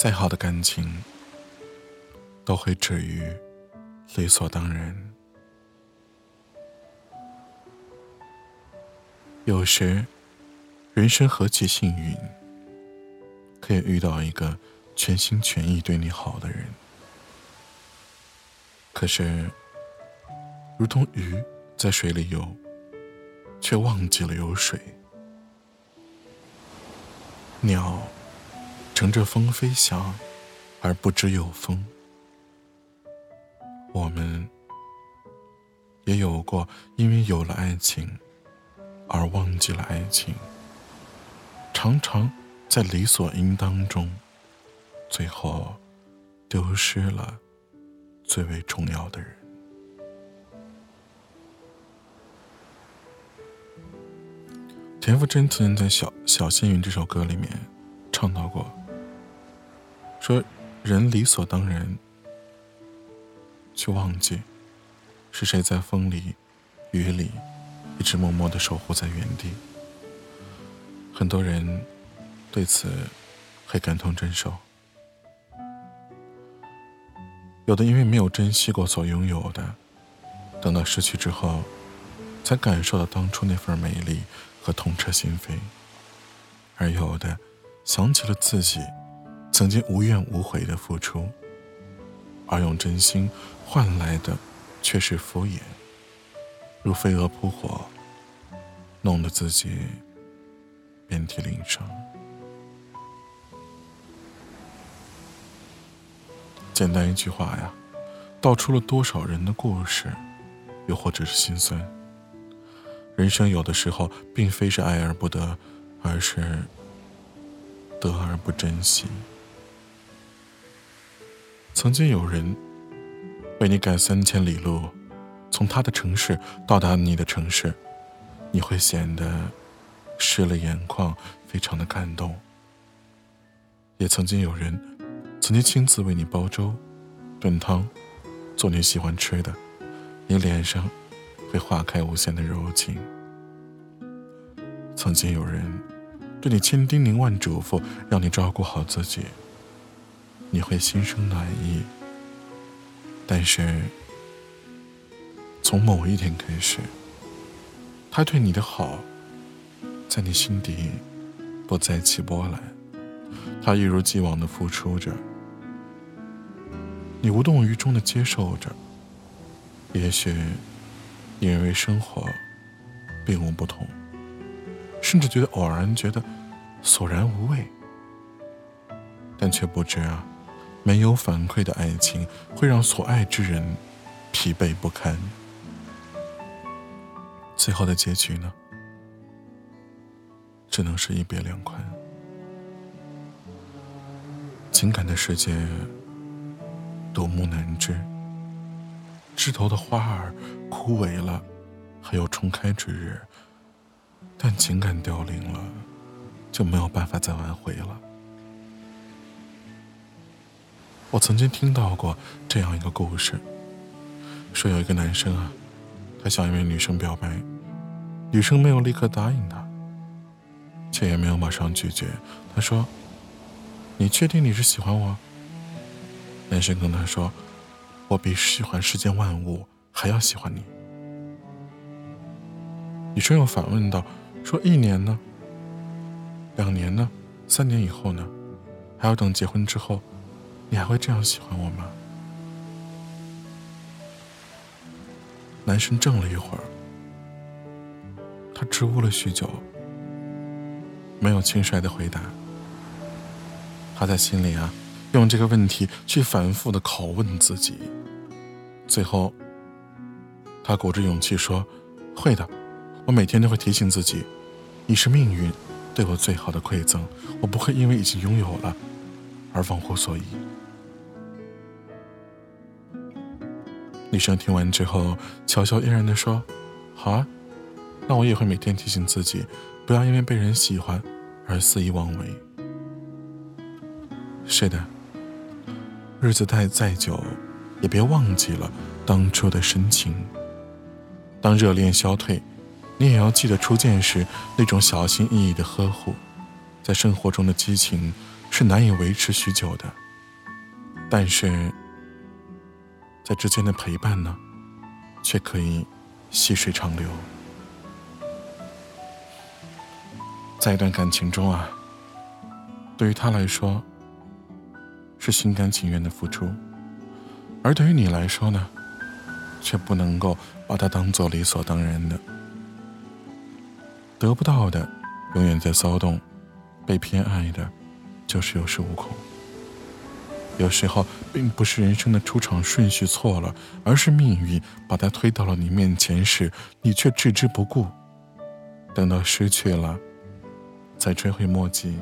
再好的感情都会止于理所当然。有时人生何其幸运，可以遇到一个全心全意对你好的人。可是如同鱼在水里游，却忘记了有水；鸟乘着风飞翔，而不知有风。我们也有过因为有了爱情而忘记了爱情，常常在理所应当中，最后丢失了最为重要的人。田馥甄曾经在小幸运这首歌里面唱到过，说人理所当然去忘记是谁在风里雨里一直默默地守护在原地。很多人对此会感同身受，有的因为没有珍惜过所拥有的，等到失去之后才感受到当初那份美丽和痛彻心扉，而有的想起了自己曾经无怨无悔的付出，而用真心换来的却是敷衍，如飞蛾扑火，弄得自己遍体鳞伤。简单一句话呀，道出了多少人的故事，又或者是心酸。人生有的时候并非是爱而不得，而是得而不珍惜。曾经有人为你赶3000里路，从他的城市到达你的城市，你会显得湿了眼眶，非常的感动。也曾经有人曾经亲自为你煲粥炖汤，做你喜欢吃的，你脸上会化开无限的柔情。曾经有人对你千叮咛万嘱咐，让你照顾好自己，你会心生暖意。但是从某一天开始，他对你的好在你心底不再起波澜，他一如既往地付出着，你无动于衷地接受着。也许你认为生活并无不同，甚至觉得偶然觉得索然无味，但却不知啊，没有反馈的爱情会让所爱之人疲惫不堪。最后的结局呢，只能是一别两宽。情感的世界独木难支，枝头的花儿枯萎了，还有重开之日，但情感凋零了，就没有办法再挽回了。我曾经听到过这样一个故事，说有一个男生啊，他向一位女生表白，女生没有立刻答应他，却也没有马上拒绝。他说：“你确定你是喜欢我？”男生跟他说：“我比喜欢世间万物还要喜欢你。”女生又反问道：“说1年呢？2年呢？3年以后呢？还要等结婚之后，你还会这样喜欢我吗？”男生怔了一会儿，他支吾了许久，没有轻率的回答。他在心里啊，用这个问题去反复的拷问自己。最后他鼓着勇气说：“会的，我每天都会提醒自己，你是命运对我最好的馈赠，我不会因为已经拥有了而忘乎所以。”女生听完之后悄悄嫣然地说：“好啊，那我也会每天提醒自己，不要因为被人喜欢而肆意妄为。”是的，日子再久，也别忘记了当初的深情。当热恋消退，你也要记得初见时那种小心翼翼的呵护，在生活中的激情是难以维持许久的，但是在之间的陪伴呢，却可以细水长流。在一段感情中啊，对于他来说是心甘情愿的付出，而对于你来说呢，却不能够把它当作理所当然的。得不到的永远在骚动，被偏爱的就是有恃无恐。有时候并不是人生的出场顺序错了，而是命运把它推到了你面前时，你却置之不顾，等到失去了再追悔莫及。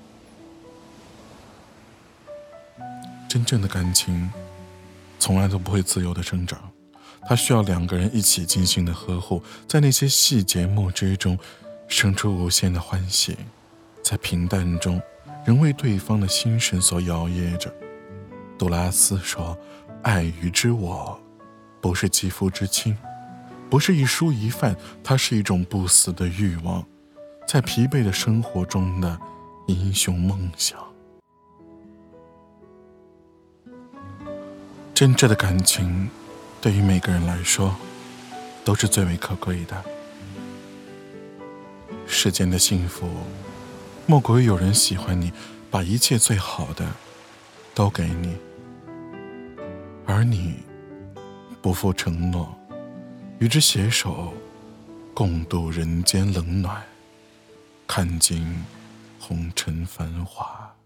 真正的感情从来都不会自由的生长，它需要两个人一起精心的呵护，在那些细节墨汁中生出无限的欢喜，在平淡中仍为对方的心神所摇曳着。杜拉斯说，爱与之我不是肌肤之亲，不是一蔬一饭，它是一种不死的欲望，在疲惫的生活中的英雄梦想。真挚的感情对于每个人来说都是最为可贵的。世间的幸福莫过于有人喜欢你，把一切最好的都给你，而你不负承诺，与之携手共度人间冷暖，看尽红尘繁华。